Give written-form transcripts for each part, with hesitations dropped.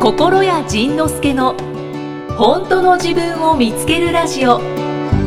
心谷仁之助の本当の自分を見つけるラジオ。心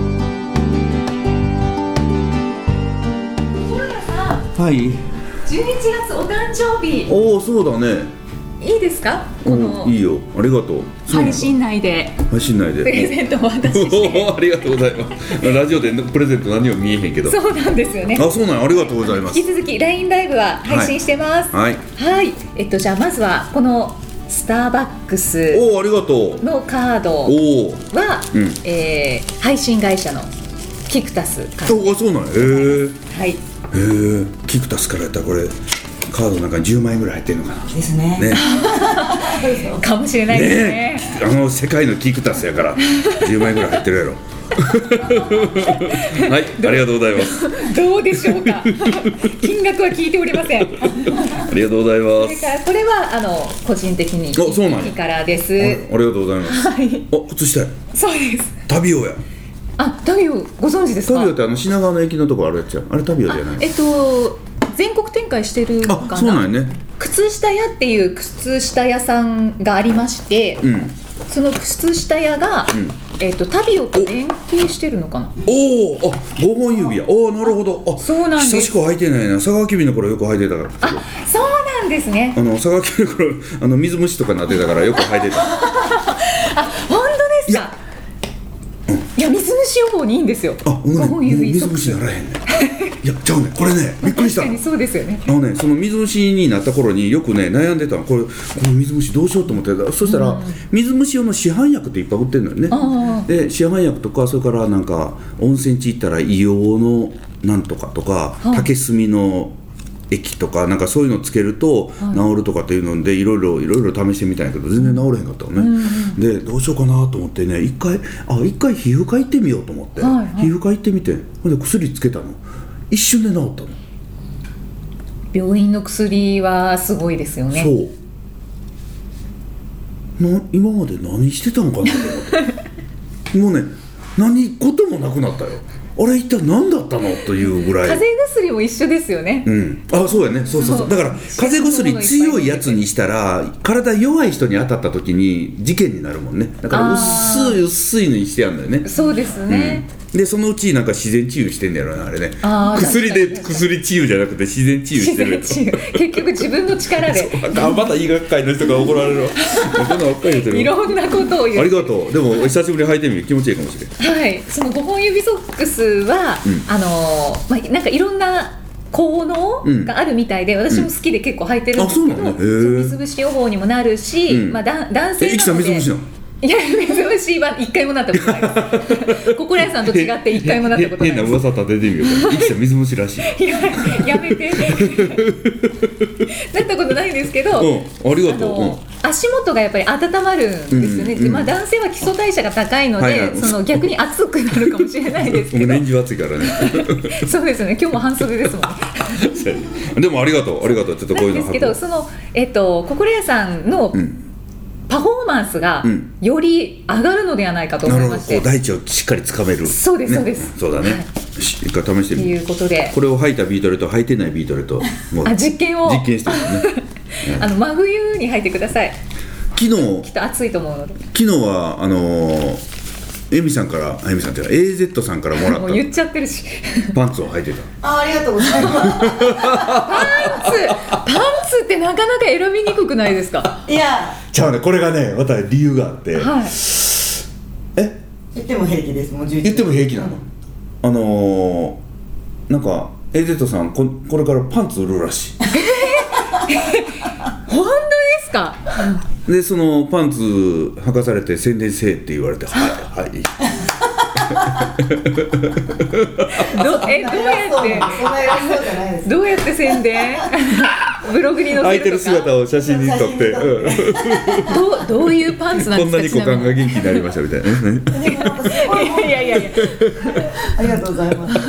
谷さん、 はい。 11月お誕生日。 おお、そうだね。 いいですか、このいいよ、ありがとう。 配信内で配信内でプレゼントをお渡ししてありがとうございます。ラジオでプレゼント何も見えへんけど。 そうなんですよね。 あ、そうなん、ありがとうございます。 引き続き LINE ライブは配信してます。 はい、 はい、じゃあまずはこのスターバックスおお、ありがとう。 のカードおお、 は、配信会社のキクタスから。 おお、そうなんや。 はい。 キクタスからやったらこれカードなんか10枚ぐらい入ってるのかな。 ですね。 ねかもしれないですね。 世界のキクタスやから10枚ぐらい入ってるやろ。はい、ありがとうございます。 どうでしょうか。金額は聞いておりません。 ありがとうございまそれからこれは個人的にそうなんやからです。 ありがとうございます。 はい。 お、靴下や。 そうです。 タビオや。 あ、タビオご存知ですか。 タビオって品川の駅のとこあるやつや。あれタビオじゃない。 全国展開してるのかな。 あ、そうなんやね。 靴下屋っていう靴下屋さんがありまして、その靴下屋が、タビオと連携してるのかな。 おお、あ、5本指や。おお、なるほど。あ、 そうなんです。 久しく履いてないな。佐川急便の頃よく履いてたから。 あ、そうなんですね。 佐川急便の頃水虫とかなってたからよく履いてた。 あ、本当ですか。いや、水虫予防にいいんですよ。 あ、水虫ならへんね。いや、ちゃうね、これね、びっくりした。 確かにそうですよね。 その水虫になった頃によくね悩んでたの。この水虫どうしようと思ってた。そしたら、水虫用の市販薬っていっぱい売ってるのよね。で、市販薬とか、それからなんか温泉地行ったら硫黄のなんとかとか、竹炭の液とかなんかそういうのつけると治るとかっていうのでいろいろ試してみたんやけど全然治れへんかったのね。で、どうしようかなと思ってね、一回皮膚科行ってみようと思って、皮膚科行ってみて、ほんで薬つけたの。一瞬で治ったの。 病院の薬はすごいですよね。 そう今まで何してたのかなと思ってもうね、何事もなくなったよ。あれ一体何だったのというぐらい。 風邪薬も一緒ですよね。 あ、そうやね。そうだから風邪薬強いやつにしたら体弱い人に当たった時に事件になるもんね。だから薄いのにしてやんだよね。 そうですね。 で、そのうちなんか自然治癒してんだよな、あれね。薬治癒じゃなくて自然治癒してるやつ。 結局自分の力で。 また医学会の人が怒られるわ。 いろんなことを言う。 ありがとう。でも久しぶりに履いてみる気持ちいいかもしれない。 はい、その5本指ソックスは、なんかいろんな効能があるみたいで、私も好きで結構履いてるんですけど、水虫予防にもなるし、男性なので。 イキさん水虫なの？ いや、水虫は一回もなったことないです。心谷さんと違って一回もなったことないです。 変な噂立ててみるから、イキさん水虫らしい。 やめて。なったことないんですけど、 ありがとう。 足元がやっぱり温まるんですよね。男性は基礎代謝が高いので、逆に暑くなるかもしれないですけど。 年中暑いからね。 そうですね。今日も半袖ですもん。 でもありがとう。ちょっとこういうの。 ですけど、心谷さんのパフォーマンスがより上がるのではないかと思いまして。 大地をしっかりつかめる。 そうです、そうです。 そうだね。一回試してみる。 ということで、これを履いたビートルと履いてないビートルと実験してるね。 真冬に履いてください。 昨日きっと暑いと思うので。 昨日はエミさんっていうか AZ さんからもらった。 もう言っちゃってるし。 パンツを履いてた。 ありがとうございます。 パンツってなかなか選びにくくないですか？ いや、 じゃあね、これがね、また理由があって。 言っても平気です。もう11。 言っても平気なの。なんか AZ さんこれからパンツ売るらしい。 本当ですか？ で、そのパンツ履かされて宣伝せえって言われて、はいどうやって宣伝？ブログに載せるとか。 履いてる姿を写真に撮って、 どういうパンツなんですか？ こんなに股間が元気になりましたみたいな。 いやありがとうございます。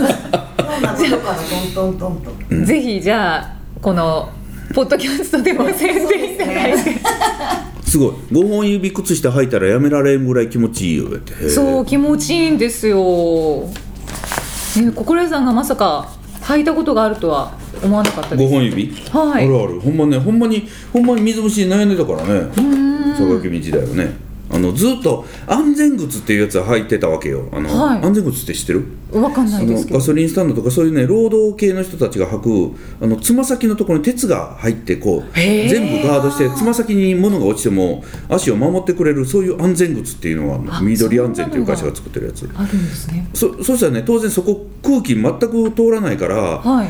ぜひじゃあこのポッドキャストでも宣伝いただいて。 すごい、5本指靴下履いたらやめられんぐらい気持ちいいよって。 そう、気持ちいいんですよ、心谷さんがまさか履いたことがあるとは。 思わなかったです。 5本指、 はい、 あるある、ほんまに水虫に悩んでたからね、佐々木時代はね。ずっと安全靴っていうやつは履いてたわけよ。 はい、 安全靴って知ってる？ わかんないですけど、 ガソリンスタンドとかそういうね、労働系の人たちが履くつま先のところに鉄が入ってこう全部ガードしてつま先に物が落ちても足を守ってくれる、そういう安全靴っていうのは緑安全っていう会社が作ってるやつあるんですね。 そしたらね、当然そこ空気全く通らないから、 はい、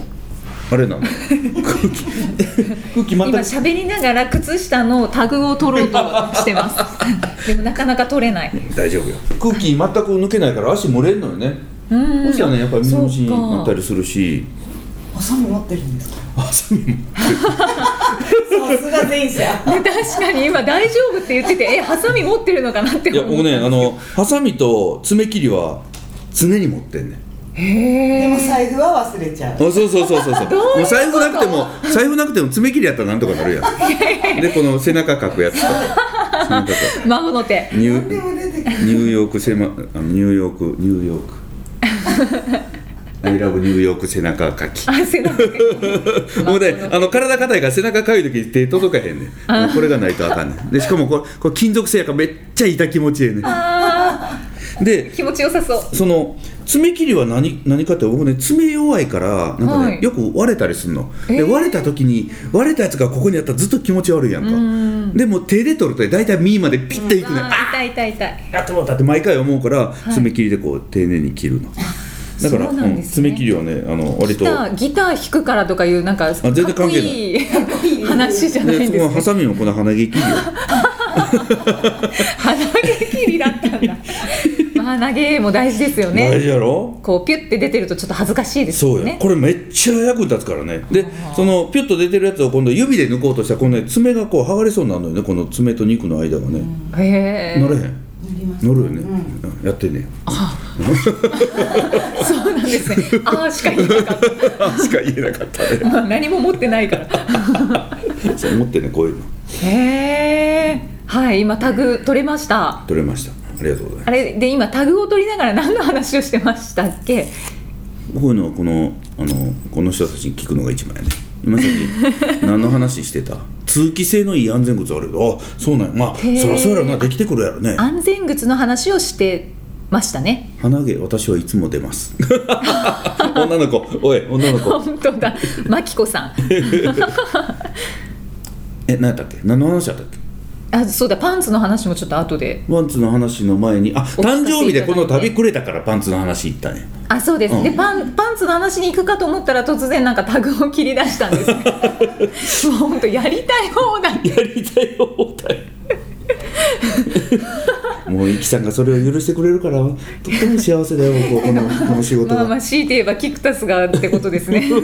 あれなの空気全く今喋りながら靴下のタグを取ろうとしてますでもなかなか取れない。 大丈夫よ、空気全く抜けないから足蒸れるのよね。そしたらね、やっぱり水虫になったりするし。 ハサミ持ってるんですか？ ハサミ持ってるさすが前者確かに今大丈夫って言ってて、ハサミ持ってるのかなって思った。 いや僕ね、ハサミと爪切りは常に持ってんねん。 でも財布は忘れちゃう。 そうもう財布なくても爪切りやったらなんとかなるやんでこの背中かくやつと孫の手ニューヨークI love ニューヨーク背中かき背中かきもうね、体硬いから背中かゆい時手届かへんねん。これがないとあかんねん。でしかもこれ金属製やからめっちゃ痛気持ちいいねん。で気持ちよさそう。 その爪切りは何かって僕ね、爪弱いからなんかね、はい、よく割れたりするの。で割れた時に割れたやつがここにあったらずっと気持ち悪いやんか。でも手で取ると大体耳までピッていくねん。 痛いやってもうたって毎回思うから、爪切りでこう丁寧に切るの。だから、爪切りはね、割とギター弾くからとかいうなんか全然関係ない話じゃないんですね。 ハサミもこの鼻毛切りよ鼻毛切りだったんだ鼻毛も大事ですよね。 大事やろ。 こうピュッて出てるとちょっと恥ずかしいですよね。 そうや、これめっちゃ役立つからね。でそのピュッと出てるやつを今度指で抜こうとしたらこの、ね、爪がこう剥がれそうになるのよね。この爪と肉の間がね、乗れへん乗るよね、やってねそうなんですね。しか言えなかったしか言えなかったね何も持ってないからそう持ってね、こういうの。 はい、今タグ取れました。 ありがとうございます。 あれで今タグを取りながら何の話をしてましたっけ？ こういうのはこの人たちに聞くのが一番やね。今さっき何の話してた？通気性のいい安全靴あるよ。そうなんや。まあそりゃそうやろな、できてくるやろね。 安全靴の話をしてましたね。 鼻毛私はいつも出ます女の子、おい女の子本当だ、マキコさん何やったっけ？何の話だったっけ？ そうだ、パンツの話もちょっと後で。 パンツの話の前に誕生日でこの旅くれたからパンツの話行ったね。 そうです、でパンツの話に行くかと思ったら突然なんかタグを切り出したんですもう本当やりたい放題もうイキさんがそれを許してくれるからとっても幸せだよこの仕事が。強いて言えばキクタスがってことですね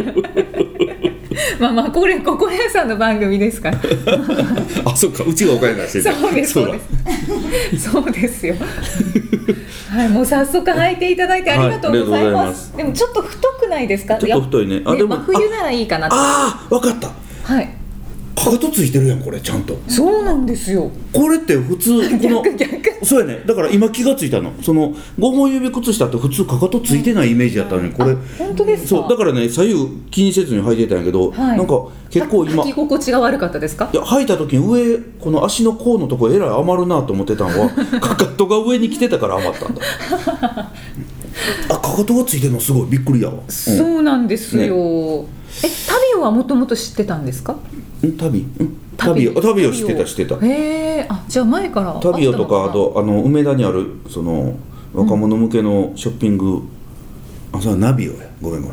これココヤさんの番組ですからそっか、うちがお金出してる。 そうですよはい、もう早速履いていただいてありがとうございます、でもちょっと太くないですか？ ちょっと太いね。でも真冬ならいいかなって。 分かった。 はい、 かかとついてるやんこれちゃんと。 そうなんですよ。 これって普通逆そうやね。だから今気がついたの。その5本指靴下って普通かかとついてないイメージだったのに、これ本当ですか？ そうだからね、左右気にせずに履いてたんやけど、なんか結構今履き心地が悪かったですか？ いや、履いた時に上この足の甲のとこえらい余るなと思ってたのはかかとが上に来てたから余ったんだかかとがついてるのすごいびっくりやわ。 そうなんですよ、タビオはもともと知ってたんですか？タビオ知ってた。じゃあ前からあったのかな。タビオとか、あと梅田にあるその若者向けのショッピング、それはナビオや。ごめん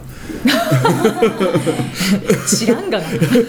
知らんがな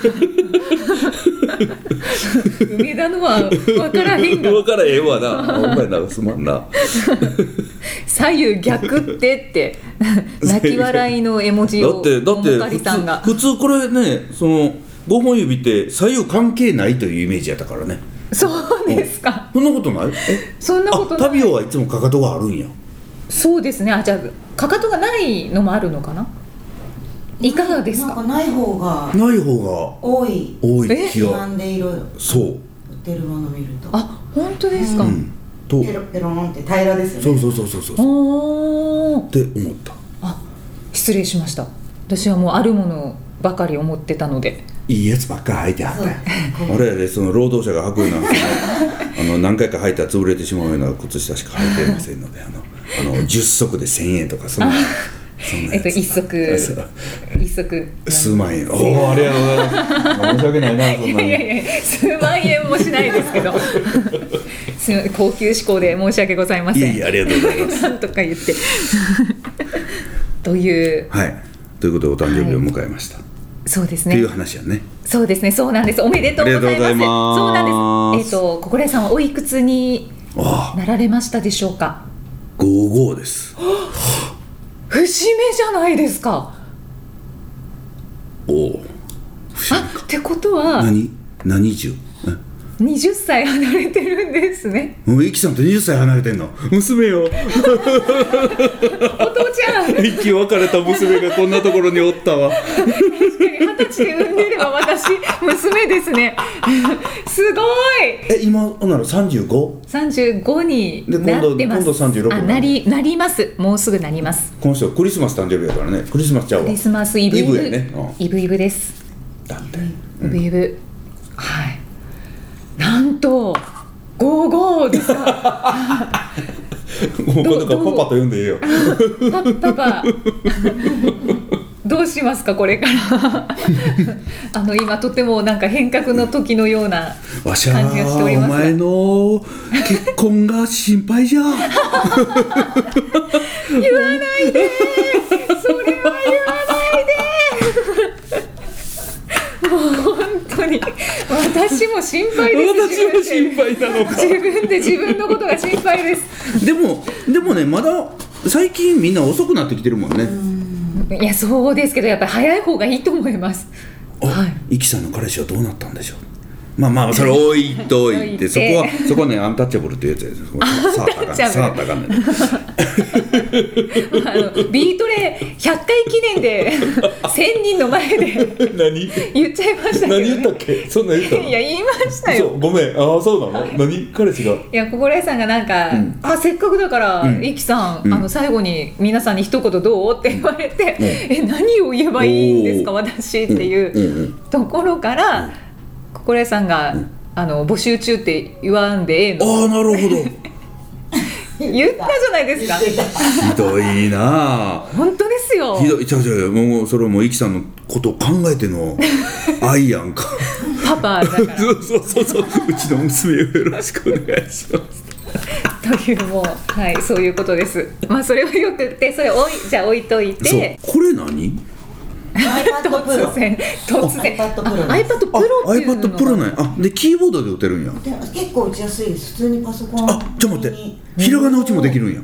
梅田のは分からへんが分からへんわなお前な、すまんな左右逆って泣き笑いの絵文字をだって普通これね、その5本指って左右関係ないというイメージやったからね。そうですか。そんなことない？そんなことない。タビオはいつもかかとがあるんや。そうですね。じゃあかかとがないのもあるのかな。いかがですか？なんかない方が多い気が。なんでいろいろそう売ってるもの見ると。本当ですか？ペロペロンって平らですよね。そうって思った。失礼しました。 私はもうあるものばかり思ってたので、 いいやつばっかり履いてはったんや。俺らでその労働者が履くような何回か履いたら潰れてしまうような靴下しか履いていませんので、10足で1000円とかそんな一足数万円。おお、ありがとうございます。申し訳ないな、そんなに。 いや数万円もしないですけどすいません、高級志向で申し訳ございません。 いやありがとうございますなんとか言ってという、 はい、ということでお誕生日を迎えました、 そうですね、 っていう話やね。 そうですね、そうなんです。おめでとうございます。 ありがとうございます。 そうなんです。小暮さんはおいくつになられましたでしょうか。 55です。 節目じゃないですか。 おお。 ってことは何十 20歳離れてるんですね。 イキさんと20歳離れてんの。娘よ。 お父ちゃん。 生き別れた娘がこんなところにおったわ。 確かに20歳で産んでれば私娘ですね。すごい。 今ほんなら 35？35 になってます。 今度36 なります。もうすぐなります。 この人クリスマス誕生日やからね。クリスマスちゃうわ。 クリスマスイブやね。 イブです。 だって。 イブ。はい。なんと55ですか。 もうなんかパパと呼んでいいよ。 パパどうしますかこれから今とてもなんか変革の時のような感じがしておりますが、 お前の結婚が心配じゃ。 言わないで、それは言わないで。もう本当に私も心配です。 私も心配なのか。 自分のことが心配です。 でもね、まだ最近みんな遅くなってきてるもんね。 いやそうですけどやっぱり早い方がいいと思います。 はい。イキさんの彼氏はどうなったんでしょう。まあそれ置いといてそこはねアンタッチャブルっていうやつです。さあたかんね。 ビートレ100回記念で1000人の前で言っちゃいましたけど、ね、 何言ったっけ。そんな言ったの。 いや言いましたよ。 ごめん。そうなの。何彼氏が。 いや小暮さんがなんか、せっかくだから、イキさん、最後に皆さんに一言どうって言われて、何を言えばいいんですか私っていうところから、小暮さんが、募集中って言わんでええの。 なるほど。 言ったじゃないですか。ひどいな。 本当ですよ。 ひどい。もうそれはもうイキさんのことを考えての愛やんか。 パパだから。 そううちの娘をよろしくお願いします。 というもうはいそういうことです。まあそれはよくってそれじゃあ置いといて。 これ何 ？iPad Pro。 突然 iPad Pro なんや。でキーボードで打てるんや。 結構打ちやすいです。普通にパソコン。 ちょっと待って。ひらがな打ちもできるんや。 で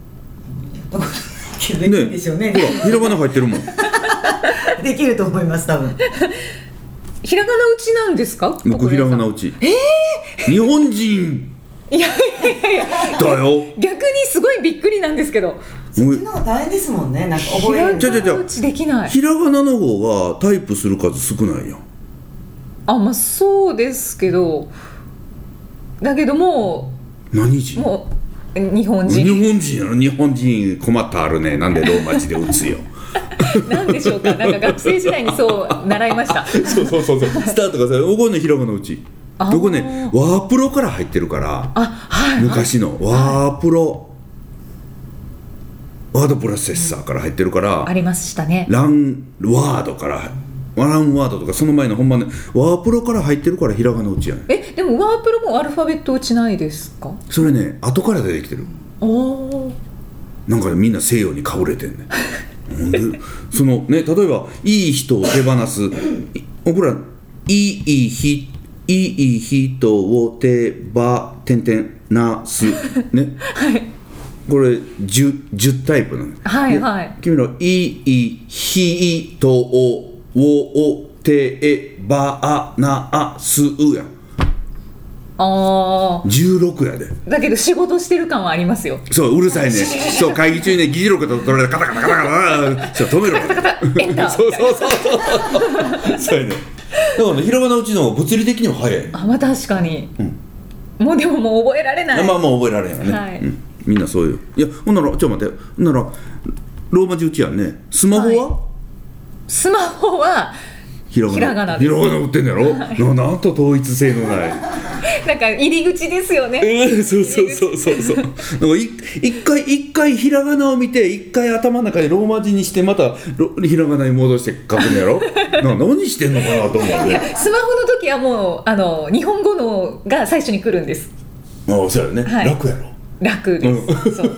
きるでしょうね。 ほらひらがな入ってるもん。 できると思います多分。 ひらがな打ちなんですか？ 僕ひらがな打ち。日本人。 いやだよ。 逆にすごいびっくりなんですけど。 そっちの方が大変ですもんね。なんか覚える。 ひらがな打ちできない。 ひらがなの方がタイプする数少ないやん。 まあそうですけど、だけども何人？ もう日本人やろ。日本人困ったあるね。なんでローマ字で打つよ。 なんでしょうか。なんか学生時代にそう習いました。 そうスタートがさ、おこねひらがな打ち。どこねワープロから入ってるから。昔のワープロ。ワードプロセッサーから入ってるから、 ありましたね。 ランワードとかその前の本番でワープロから入ってるからひらがな打ちやね。 でもワープロもアルファベット打ちないですか？ それね後から出てきてる。なんかみんな西洋にかぶれてんね。でそのね、例えばいい人を手放す僕らいい人を手放すね。 はいこれ 10タイプなの。 はいはい。 君のいい人を手放すやん。16やで。だけど仕事してる感はありますよ。 そううるさいね。そう会議中にね議事録と取られてカタカタ止めろ。そうそうやね。だからねひらがなうちの物理的には早い。 まあ確かに。もうでももう覚えられない。 まあ覚えられへんわね。はい。みんなそういう。いやほんならちょっと待って。ほんならローマ字打ちやんね。スマホは？ スマホはひらがなです。 ひらがな売ってんのやろ、はい、なんと統一性のないなんか入り口ですよね。 そう一回ひらがなを見て、一回頭の中でローマ字にして、またひらがなに戻して書くのやろ何してんのかなと思うね。 いやスマホの時はもう日本語のが最初に来るんです。 ああそうやね、はい、楽やろ。 楽です、そう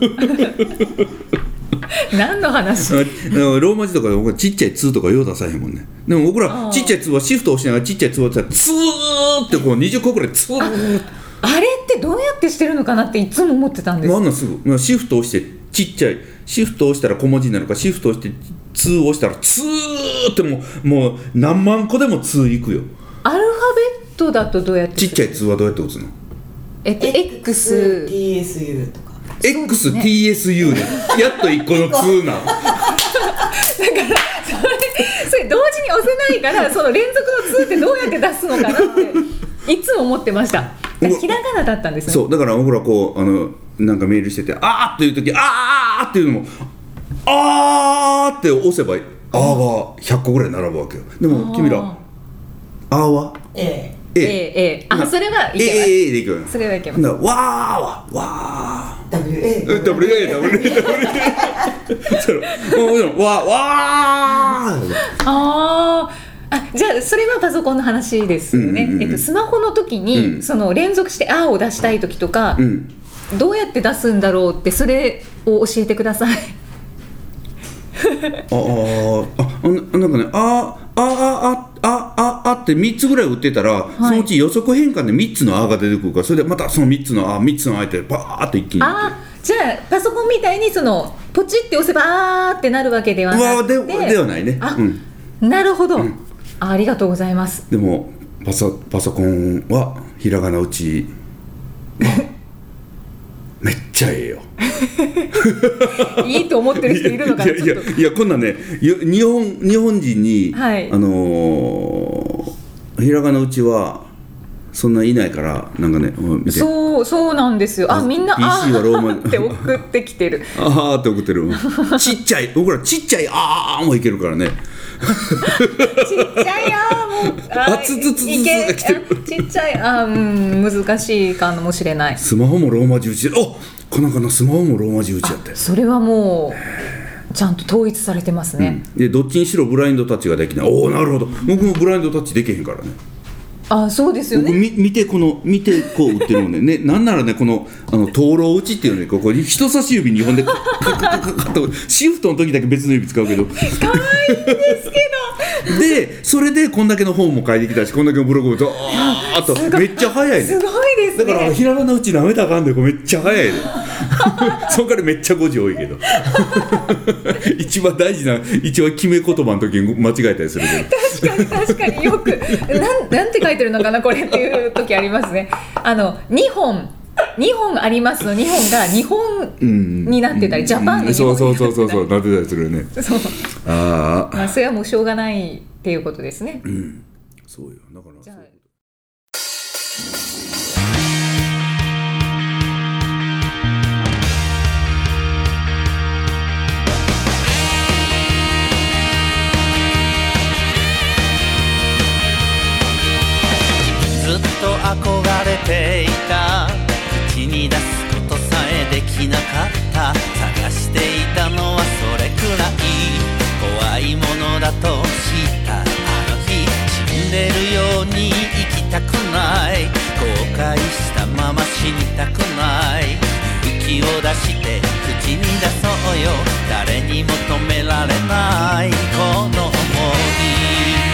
何の話ローマ字とか僕はちっちゃい「つ」とかよう出さへんもんね。でも僕らちっちゃい「つ」はシフトを押しながらちっちゃい「つ」を押したら「つ」ってこう20個くらい「つ」 あれってどうやってしてるのかなっていつも思ってたんです。 あんなすぐシフトを押してちっちゃいシフトを押したら小文字になるか、シフトを押して「つ」を押したら「つ」ってもう何万個でも「つ」いくよ。 アルファベットだとどうやってちっちゃい「つ」はどうやって打つの ？XTSU とか XTSU でやっと1個の2なんだからそれ同時に押せないから、その連続の2ってどうやって出すのかなっていつも思ってました。ひらがなだったんですね。 そうだから僕らこうなんかメールしててあーっていう時あーっていうのもあーって押せばあーが100個ぐらい並ぶわけよ。でも君らあーはあ、それはいけます。 でいけます。 それはいけます。 わーはわー WA じゃあそれはパソコンの話ですよね。スマホの時に、その連続して「あ」を出したい時とか、どうやって出すんだろうって、それを教えてください。 なんかねあって3つぐらい打ってたら、はい、そのうち予測変換で3つのあが出てくるから、それでまたその3つの相手でバーッと一気にじゃあパソコンみたいにそのポチって押せばあーってなるわけではなくてではないね。 なるほど、ありがとうございます。 でもパソコンはひらがな打ちめっちゃええよいいと思ってる人いるのかな。 いやこんなんね、日本人に、はい、ひらがな打ちはそんないないから、なんかね見て、 そうなんですよ。みんな PC はローマって送ってきてるあーって送ってるちっちゃい僕らちっちゃいあーもいけるからねちっちゃいもういけちっちゃい難しいかもしれない。 スマホもローマ字打ちでこのスマホもローマ字打ちやって、 それはもうちゃんと統一されてますね。 でどっちにしろブラインドタッチができない。なるほど。僕もブラインドタッチできへんからね。 そうですよね。 僕見てこう打ってるもんね。なんならね、この灯籠打ちっていうのにここ人差し指2本でシフトの時だけ別の指使うけど可愛いんですけどでそれでこんだけの本も書いてきたし、こんだけのブログもあとめっちゃ早いね。 すごいですね。 だからひらがな打ちなめたらあかんで、めっちゃ早いねそのからめっちゃ誤字多いけど一番大事な決め言葉の時に間違えたりするけど確かによくなんて書いてるのかなこれっていう時ありますね。2本ありますの2本が日本になってたり、ジャパンの日本になってたりそうなってたりするよね。 そうそれはもうしょうがないっていうことですね。 そうよ。だからじゃあずっと憧れていた、口に出すことさえできなかった、探していたのはそれくらい怖いものだと知ったあの日、死んでるように生きたくない、後悔したまま死にたくない、勇気を出して口に出そうよ、誰にも止められないこの想い、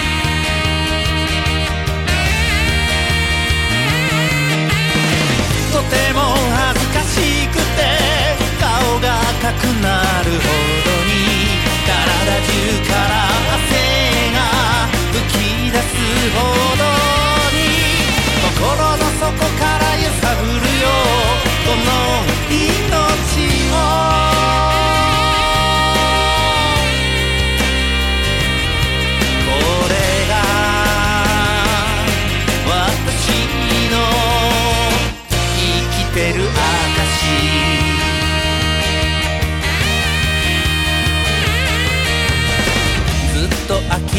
とても恥ずかしくて顔が赤くなるほどに、体中から汗が噴き出すほどに、心の底から揺さぶるよこの命を、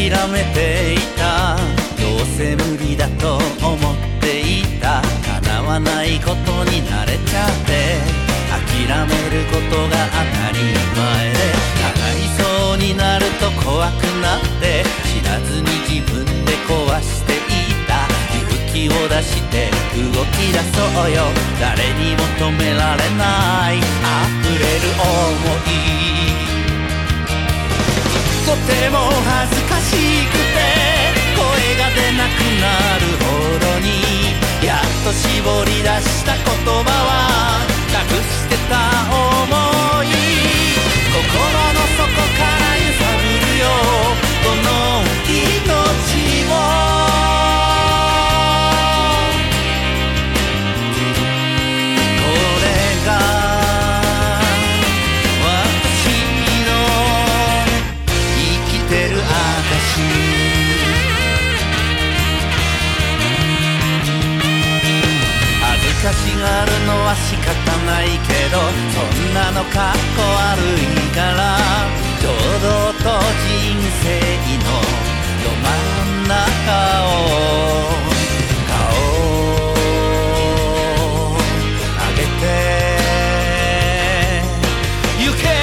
諦めていた、どうせ無理だと思っていた、叶わないことに慣れちゃって諦めることが当たり前で、叶いそうになると怖くなって知らずに自分で壊していた、勇気を出して動き出そうよ、誰にも止められない溢れる想い、とても恥ずかしくて声が出なくなるほどに、やっと絞り出した言葉は隠してた想い、心の底から揺さぶるよこの命を、これが私の生きてる証、恥ずかしがるのは仕方ないけど、そんなのかっこ悪いから、堂々と人生のど真ん中を顔を上げて行け、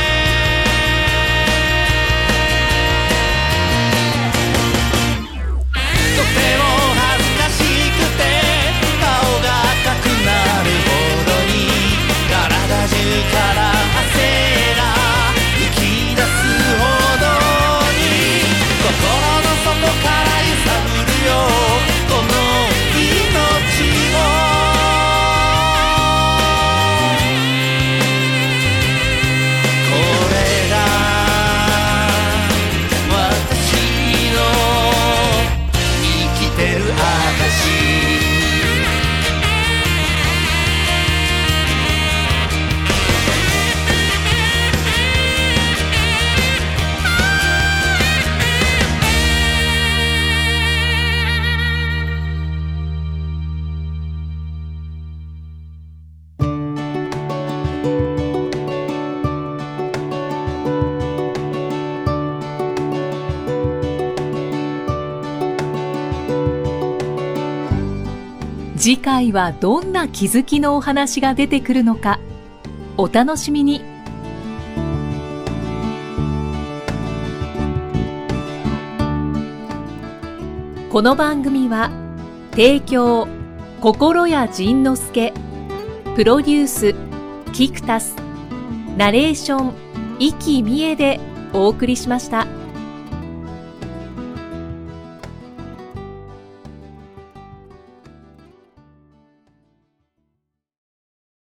とても恥ずかしくて顔が赤くなるほどに、体中から汗が浮き出すほどに、心の底から揺さぶるよこの命を、これが私の生きてる証、 次回はどんな気づきのお話が出てくるのか、お楽しみに。この番組は提供心谷仁之助、プロデュースキクタス、ナレーション生きみえでお送りしました。